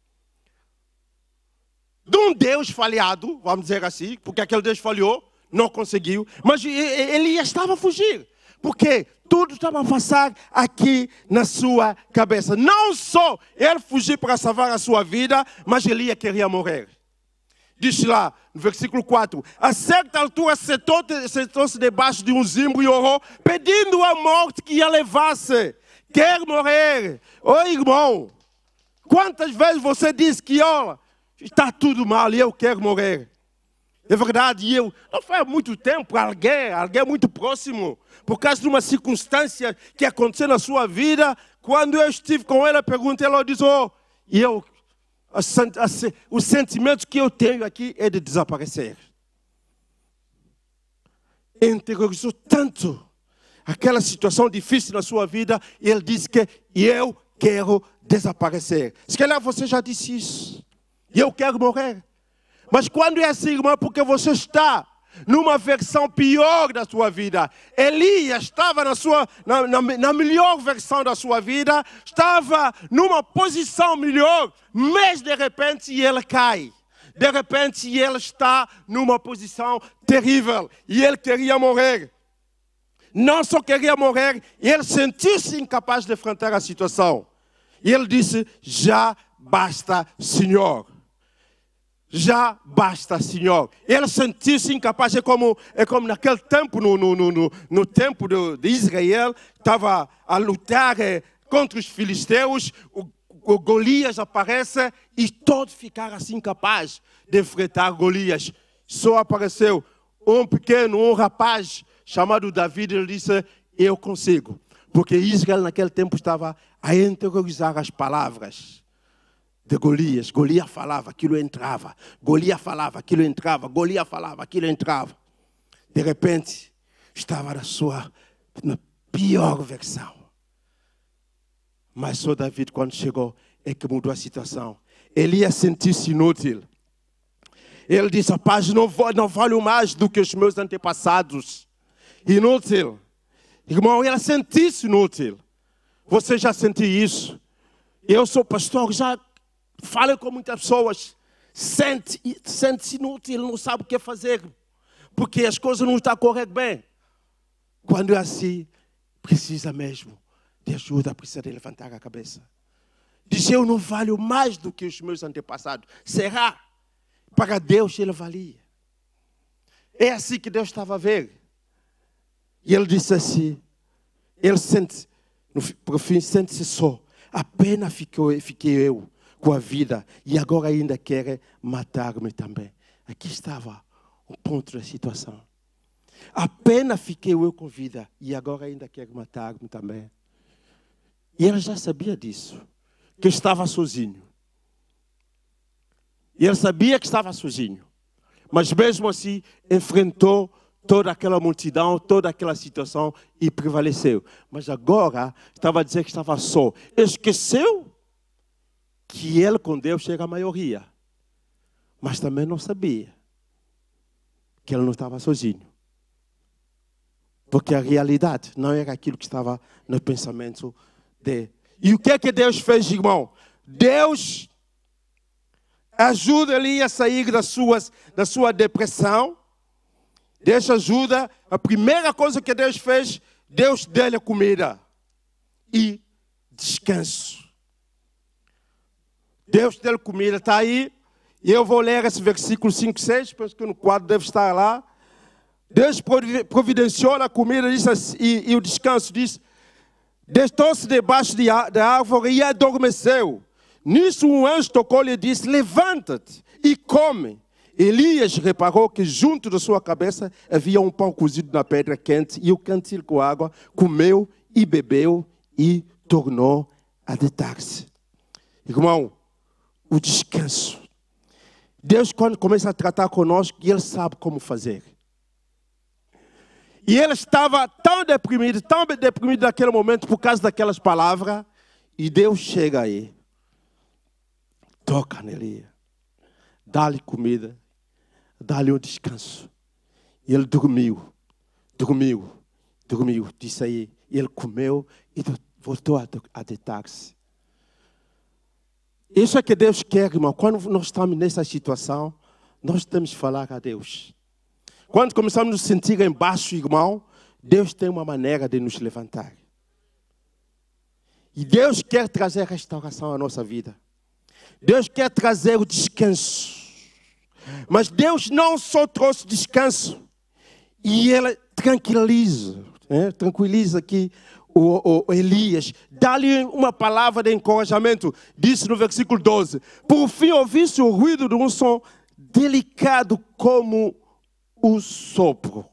de um Deus falhado, vamos dizer assim, porque aquele Deus falhou, não conseguiu, mas ele estava a fugir. Porque tudo estava a passar aqui na sua cabeça. Não só ele fugir para salvar a sua vida, mas ele queria morrer. Diz lá, no versículo quatro, a certa altura sentou-se debaixo de um zimbro e orou, pedindo a morte que ia levasse. Quer morrer. Ô irmão, quantas vezes você diz que, olha, está tudo mal e eu quero morrer? É verdade, e eu, não faz muito tempo, alguém, alguém muito próximo, por causa de uma circunstância que aconteceu na sua vida, quando eu estive com ela, perguntei, ela disse, oh, e eu, a, a, o sentimento que eu tenho aqui é de desaparecer. Interiorizou tanto aquela situação difícil na sua vida, e ele disse que eu quero desaparecer. Se calhar você já disse isso, e eu quero morrer. Mas quando é assim, irmão, porque você está numa versão pior da sua vida. Elias estava na, sua, na, na, na melhor versão da sua vida, estava numa posição melhor, mas de repente ele cai. De repente ele está numa posição terrível e ele queria morrer. Não só queria morrer, ele sentiu-se incapaz de enfrentar a situação. E ele disse, já basta, Senhor. Já basta, Senhor. Ele sentiu-se incapaz. É como, é como naquele tempo, no, no, no, no tempo de, de Israel, estava a lutar é, contra os filisteus. O, o Golias aparece e todos ficaram assim incapazes de enfrentar Golias. Só apareceu um pequeno, um rapaz chamado Davi. Ele disse, eu consigo. Porque Israel naquele tempo estava a interiorizar as palavras de Golias. Golias falava, aquilo entrava. Golias falava, aquilo entrava. Golias falava, aquilo entrava. De repente, estava na sua na pior versão. Mas só Davi, quando chegou, é que mudou a situação. Elias sentiu-se inútil. Ele disse, rapaz, não, vou, não valho mais do que os meus antepassados. Inútil. Irmão, ele sentiu-se inútil. Você já sentiu isso? Eu sou pastor, já falo com muitas pessoas. Sente, sente-se inútil, não sabe o que fazer. Porque as coisas não estão a correr bem. Quando é assim, precisa mesmo de ajuda, precisa de levantar a cabeça. Diz, eu não valho mais do que os meus antepassados. Será? Para Deus ele valia. É assim que Deus estava a ver. E ele disse assim, ele sente, por fim, sente-se só. Apenas fiquei, fiquei eu com a vida e agora ainda quer matar-me também. Aqui estava o ponto da situação. Apenas fiquei eu com vida e agora ainda quer matar-me também. E ele já sabia disso, que estava sozinho. E ele sabia que estava sozinho. Mas mesmo assim, enfrentou toda aquela multidão, toda aquela situação e prevaleceu. Mas agora, estava a dizer que estava só. Esqueceu que ele com Deus chega à maioria. Mas também não sabia que ele não estava sozinho. Porque a realidade não era aquilo que estava no pensamento dele. E o que é que Deus fez, irmão? Deus ajuda ele a sair das suas, da sua depressão. Deus ajuda. A primeira coisa que Deus fez, Deus deu-lhe comida e descanso. Deus deu-lhe comida, está aí. E eu vou ler esse versículo cinco, seis, penso que no quadro deve estar lá. Deus providenciou a comida diz assim, e, e o descanso, diz, deitou-se debaixo de, da árvore e adormeceu. Nisso um anjo tocou-lhe e disse, levanta-te e come. Elias reparou que junto da sua cabeça havia um pão cozido na pedra quente e o cantil com água, comeu e bebeu e tornou a deitar-se. Irmão, o descanso. Deus, quando começa a tratar conosco, Ele sabe como fazer. E ele estava tão deprimido, tão deprimido naquele momento por causa daquelas palavras. E Deus chega aí, toca nele, dá-lhe comida, dá-lhe um descanso. E ele dormiu, dormiu, dormiu. Disse aí, ele comeu e voltou a deitar-se. Isso é que Deus quer, irmão. Quando nós estamos nessa situação, nós temos que falar a Deus. Quando começamos a nos sentir embaixo, irmão, Deus tem uma maneira de nos levantar. E Deus quer trazer restauração à nossa vida. Deus quer trazer o descanso. Mas Deus não só trouxe descanso. E Ele tranquiliza, né? tranquiliza aqui o, o Elias. Dá-lhe uma palavra de encorajamento. Disse no versículo doze. Por fim ouvisse o ruído de um som delicado como o sopro.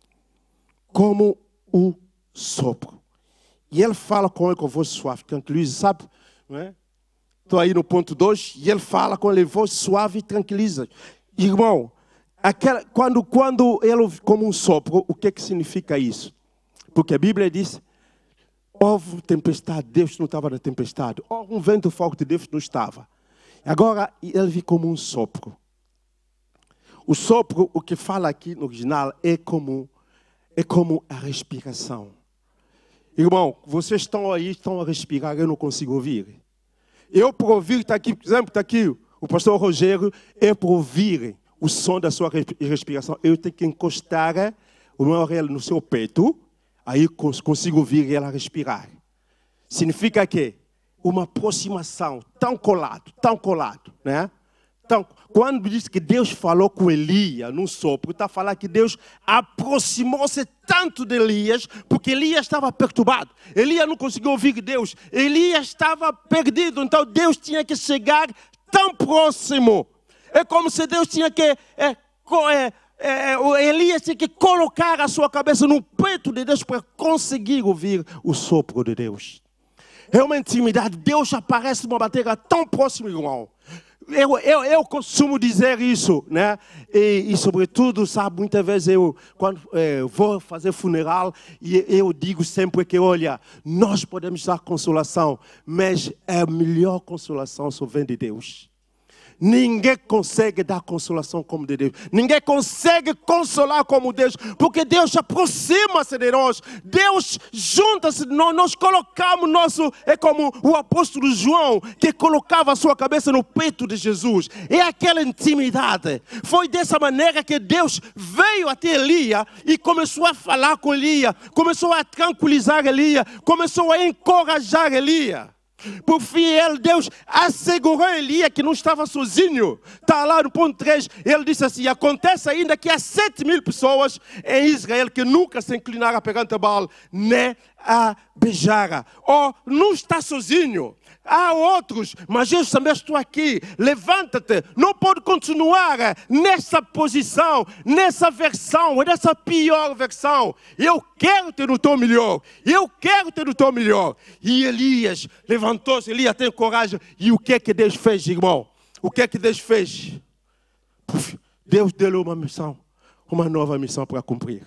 Como o sopro. E ele fala com ele com voz suave, tranquiliza, sabe? Estou aí no ponto dois, e ele fala com ele voz suave e tranquiliza. Irmão, aquela, quando, quando ele ouve como um sopro, o que, que significa isso? Porque a Bíblia diz, houve tempestade, Deus não estava na tempestade. Houve um vento forte, Deus não estava. Agora, ele viu como um sopro. O sopro, o que fala aqui no original, é como, é como a respiração. Irmão, vocês estão aí, estão a respirar, eu não consigo ouvir. Eu, por ouvir, está aqui, por exemplo, está aqui o pastor Rogério, é por ouvir o som da sua respiração. Eu tenho que encostar o meu orelha no seu peito, aí consigo ouvir ela respirar. Significa que uma aproximação tão colado, tão colado, né? Então, quando diz que Deus falou com Elias num sopro, está a falar que Deus aproximou-se tanto de Elias, porque Elias estava perturbado. Elias não conseguiu ouvir Deus. Elias estava perdido, então Deus tinha que chegar tão próximo. É como se Deus tinha que... É, é, é, Elias tinha que colocar a sua cabeça no peito de Deus para conseguir ouvir o sopro de Deus. É uma intimidade. Deus aparece numa maneira tão próxima, irmão. Eu, eu, eu costumo dizer isso, né? E, e sobretudo, sabe, muitas vezes eu, quando é, vou fazer funeral, e eu digo sempre que, olha, nós podemos dar consolação, mas a melhor consolação só vem de Deus. Ninguém consegue dar consolação como de Deus. Ninguém consegue consolar como Deus. Porque Deus aproxima-se de nós. Deus junta-se de nós. Nós colocamos nosso... É como o apóstolo João, que colocava a sua cabeça no peito de Jesus. É aquela intimidade. Foi dessa maneira que Deus veio até Elias e começou a falar com Elias. Começou a tranquilizar Elias. Começou a encorajar Elias. Por fim, ele, Deus assegurou a Elias que não estava sozinho. Está lá no ponto três, ele disse assim, acontece ainda que há sete mil pessoas em Israel que nunca se inclinaram perante Baal, nem a beijaram. Ou não está sozinho. Há outros, mas eu também estou aqui. Levanta-te. Não pode continuar nessa posição, nessa versão, nessa pior versão. Eu quero ter o teu melhor. Eu quero ter o teu melhor. E Elias levantou-se, Elias tem coragem. E o que é que Deus fez, irmão? O que é que Deus fez? Deus deu-lhe uma missão, uma nova missão para cumprir.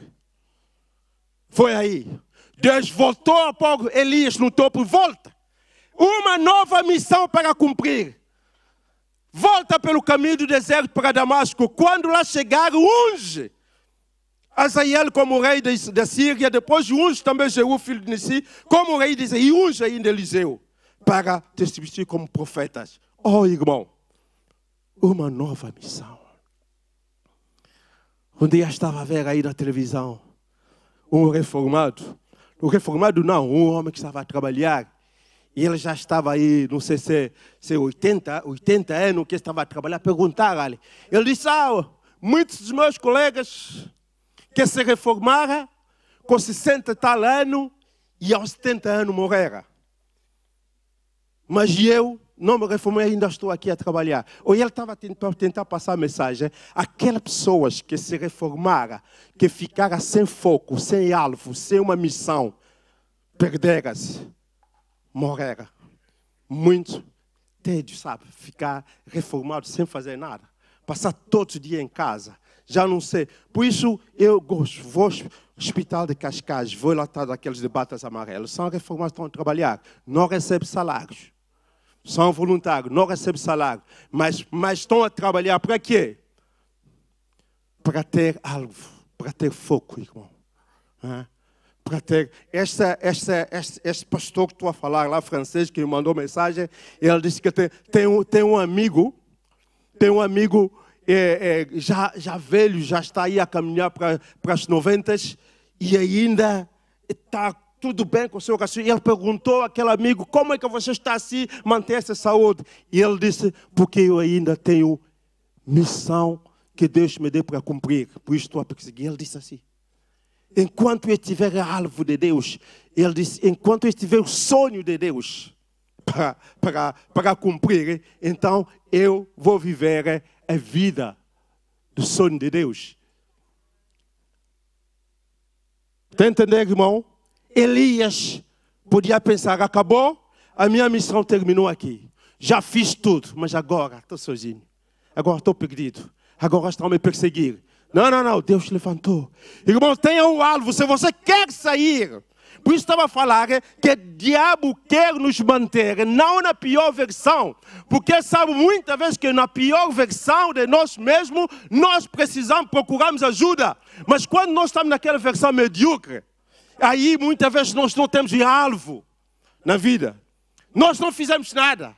Foi aí. Deus voltou para Elias no topo, volta. Uma nova missão para cumprir. Volta pelo caminho do deserto para Damasco. Quando lá chegar, unge Azael como rei da Síria. Depois unge também Jeú, filho de Nissi, como rei de Israel. E unge ainda Eliseu para testemunhar como profetas. Oh, irmão, uma nova missão. Um dia estava a ver aí na televisão um reformado. Um reformado não, um homem que estava a trabalhar. E ele já estava aí, não sei se, se oitenta, oitenta anos que estava a trabalhar, perguntaram-lhe. Ele disse, ah, muitos dos meus colegas que se reformaram com sessenta e tal anos e aos setenta anos morreram. Mas eu não me reformei, ainda estou aqui a trabalhar. Ou ele estava a tentar, tentar passar a mensagem. Aquelas pessoas que se reformaram, que ficaram sem foco, sem alvo, sem uma missão, perderam-se, morreram. Muito tédio, sabe? Ficar reformado sem fazer nada. Passar todo o dia em casa. Já não sei. Por isso, eu gosto. Vou ao Hospital de Cascais, vou lá estar daqueles de batas amarelos. São reformados que estão a trabalhar. Não recebem salários. São voluntários, não recebem salário. Mas, mas estão a trabalhar para quê? Para ter alvo. Para ter foco, irmão. Ah? Para ter... Esta, esta, este, este pastor que estou a falar lá, francês, que me mandou mensagem, ele disse que tem, tem, um, tem um amigo, tem um amigo é, é, já, já velho, já está aí a caminhar para, para as noventas e ainda está tudo bem com o seu raciocínio. E ele perguntou àquele amigo, como é que você está assim, manter essa saúde? E ele disse, porque eu ainda tenho missão que Deus me deu para cumprir, por isso estou a perseguir. Ele disse assim, enquanto eu estiver alvo de Deus, ele disse, enquanto eu estiver o sonho de Deus para, para, para cumprir, então eu vou viver a vida do sonho de Deus. Está entendendo, irmão? Elias podia pensar, acabou, a minha missão terminou aqui. Já fiz tudo, mas agora estou sozinho. Agora estou perdido. Agora estão a me perseguir. Não, não, não, Deus levantou. Irmão, tenha um alvo, se você quer sair. Por isso estava a falar que o diabo quer nos manter, não na pior versão. Porque sabe muitas vezes que na pior versão de nós mesmos, nós precisamos, procuramos ajuda. Mas quando nós estamos naquela versão medíocre, aí muitas vezes nós não temos alvo na vida. Nós não fizemos nada.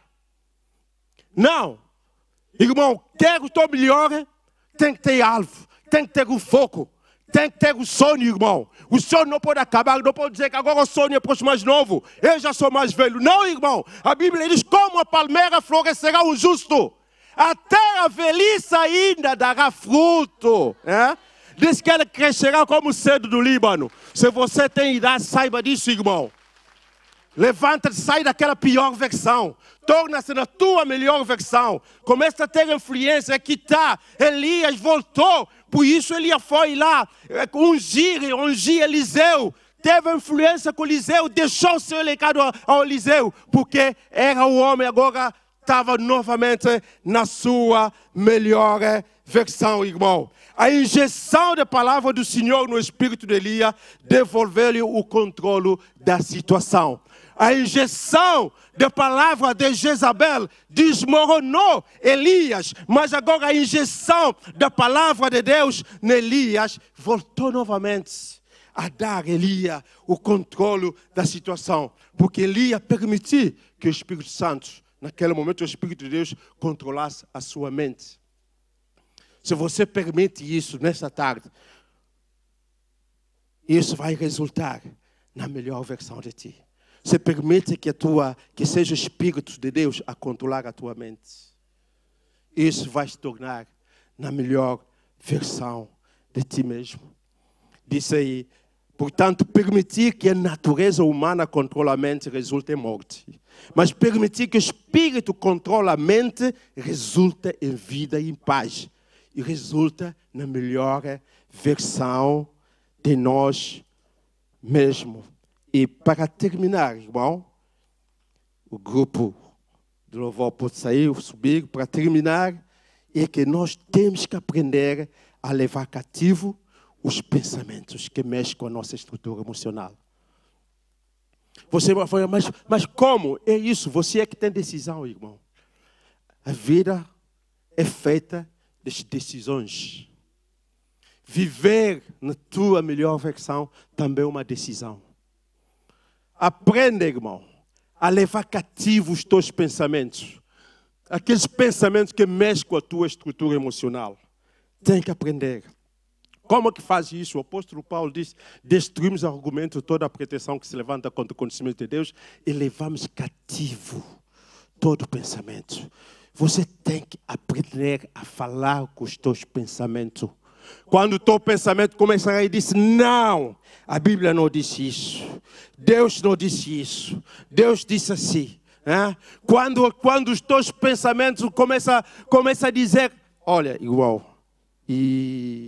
Não. Irmão, quer o teu melhor, tem que ter alvo. Tem que ter o foco, tem que ter o sonho, irmão. O sonho não pode acabar, não pode dizer que agora o sonho é para os mais novos. Eu já sou mais velho. Não, irmão. A Bíblia diz, como a palmeira florescerá o justo. Até a velhice ainda dará fruto. É? Diz que ela crescerá como o cedro do Líbano. Se você tem idade, saiba disso, irmão. Levanta-te, sai daquela pior versão. Torna-se na tua melhor versão. Começa a ter influência. Aqui está. Elias voltou. Por isso ele foi lá ungir, ungir Eliseu. Teve influência com Eliseu. Deixou seu legado ao Eliseu. Porque era o homem agora estava novamente na sua melhor versão, irmão. A injeção da palavra do Senhor no espírito de Elias devolveu-lhe o controle da situação. A injeção da palavra de Jezabel desmoronou Elias, mas agora a injeção da palavra de Deus em Elias voltou novamente a dar a Elias o controle da situação, porque Elias permitiu que o Espírito Santo, naquele momento o Espírito de Deus, controlasse a sua mente. Se você permite isso nessa tarde, isso vai resultar na melhor versão de ti. Você permite que, a tua, que seja o Espírito de Deus a controlar a tua mente. Isso vai se tornar na melhor versão de ti mesmo. Diz aí, portanto, permitir que a natureza humana controle a mente resulta em morte. Mas permitir que o Espírito controle a mente resulta em vida e em paz. E resulta na melhor versão de nós mesmos. E para terminar, irmão, o grupo de louvor pode sair, subir. Para terminar, é que nós temos que aprender a levar cativo os pensamentos que mexem com a nossa estrutura emocional. Você vai falar, mas, mas como? É isso, você é que tem decisão, irmão. A vida é feita de decisões. Viver na tua melhor versão também é uma decisão. Aprenda, irmão, a levar cativo os teus pensamentos. Aqueles pensamentos que mexem com a tua estrutura emocional. Tem que aprender. Como é que faz isso? O apóstolo Paulo diz, destruímos o argumento, toda a pretensão que se levanta contra o conhecimento de Deus e levamos cativo todo pensamento. Você tem que aprender a falar com os teus pensamentos. Quando o teu pensamento começa a dizer, não, a Bíblia não disse isso. Deus não disse isso. Deus disse assim. É? Quando, quando os teus pensamentos começam, começam a dizer, olha, igual, e...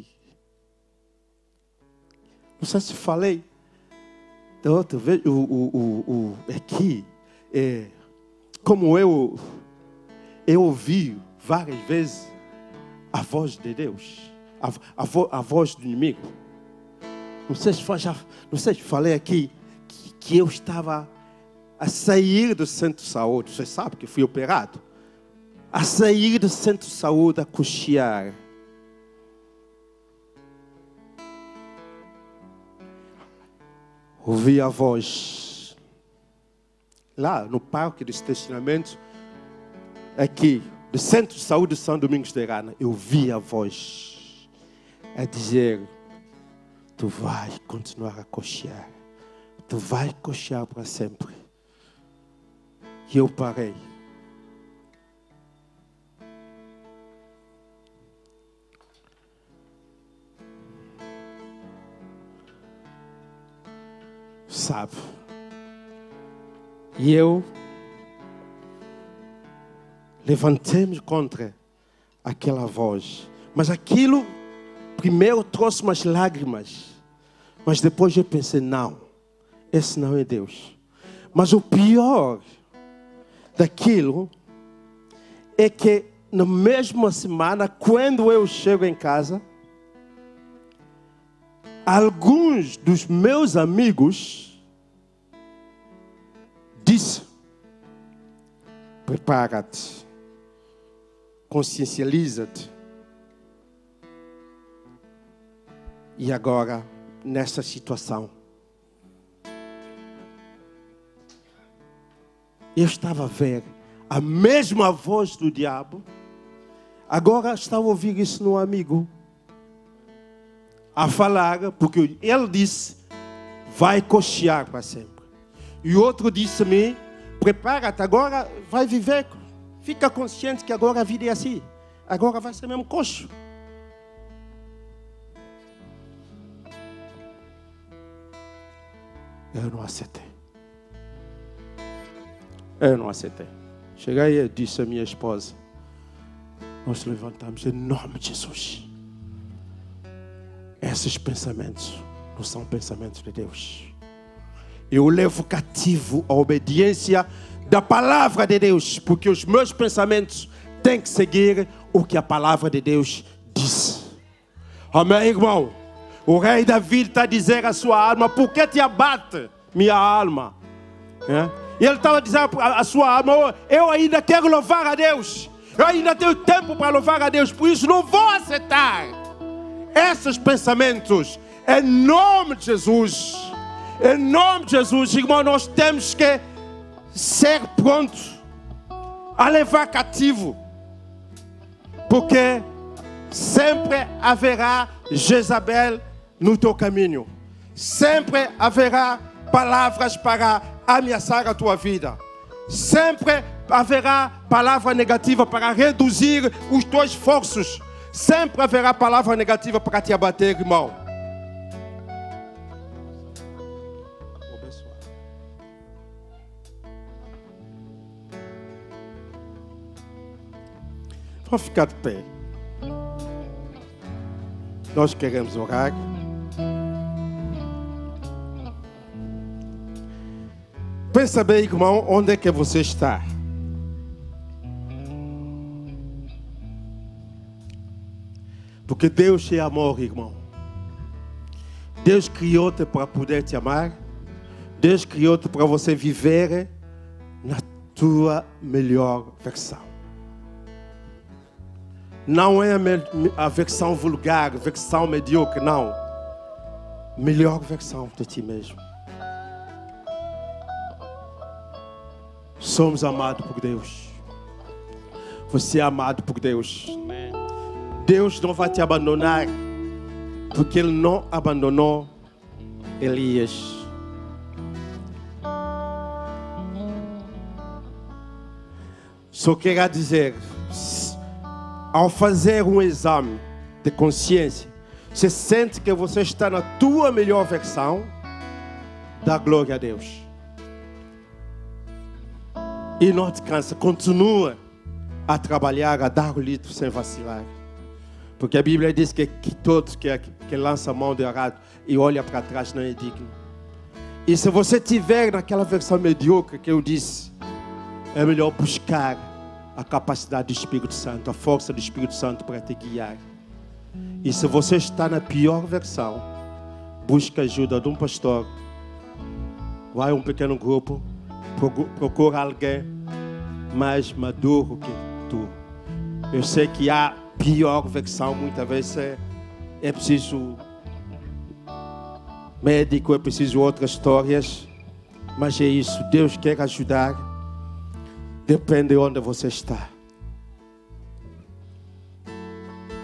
Não sei se falei, da outra vez, o, o, o, o, aqui, é, como eu, eu ouvi várias vezes a voz de Deus, a, a, vo, a voz do inimigo. Não sei se, já, não sei se falei aqui que, que eu estava a sair do centro de saúde. Você sabe que fui operado. A sair do centro de saúde, a cochear. Ouvi a voz. Lá no parque de estacionamento, aqui, do centro de saúde de São Domingos de Rana, eu vi a voz a dizer, tu vais continuar a cochear. Tu vais cochear para sempre. E eu parei. Sabe? E eu levantei-me contra aquela voz. Mas aquilo primeiro trouxe umas lágrimas. Mas depois eu pensei, não, esse não é Deus. Mas o pior daquilo é que na mesma semana, quando eu chego em casa, alguns dos meus amigos disse, prepara-te, consciencializa-te. E agora, nessa situação, eu estava a ver a mesma voz do diabo. Agora estava a ouvir isso no amigo. A falar, porque ele disse, vai cochear para sempre. E outro disse-me, prepara-te, agora vai viver. Fica consciente que agora a vida é assim. Agora vai ser mesmo coxo. Eu não aceitei. Eu não aceitei. Cheguei e disse à minha esposa, nós levantamos em nome de Jesus. Esses pensamentos não são pensamentos de Deus. Eu levo cativo a obediência da palavra de Deus, porque os meus pensamentos têm que seguir o que a palavra de Deus diz. Amém, irmão? O rei David está a dizer à sua alma, por que te abate, minha alma? É? E ele estava a dizer à sua alma, eu ainda quero louvar a Deus. Eu ainda tenho tempo para louvar a Deus, por isso não vou aceitar esses pensamentos. Em nome de Jesus, em nome de Jesus, irmão, nós temos que ser prontos a levar cativo. Porque sempre haverá Jezabel no teu caminho. Sempre haverá palavras para ameaçar a tua vida. Sempre haverá palavra negativa para reduzir os teus esforços. Sempre haverá palavra negativa para te abater, irmão. Vamos ficar de pé. Nós queremos orar. Pensa bem, irmão, onde é que você está? Porque Deus é amor, irmão. Deus criou-te para poder te amar. Deus criou-te para você viver na tua melhor versão. Não é a versão vulgar, a versão medíocre, não. Melhor versão de ti mesmo. Somos amados por Deus. Você é amado por Deus. Deus não vai te abandonar, porque Ele não abandonou Elias. Só quero dizer, ao fazer um exame de consciência, você sente que você está na tua melhor versão, dá glória a Deus. E não descansa, continua a trabalhar, a dar o litro sem vacilar. Porque a Bíblia diz que, que todos que, que lançam a mão do arado e olha para trás não é digno. E se você tiver naquela versão medíocre que eu disse, é melhor buscar a capacidade do Espírito Santo, a força do Espírito Santo para te guiar. E se você está na pior versão, busca a ajuda de um pastor. Vai a um pequeno grupo, procura alguém mais maduro que tu. Eu sei que há pior versão, muitas vezes é, é preciso médico, é preciso outras histórias, mas é isso, Deus quer ajudar, depende de onde você está.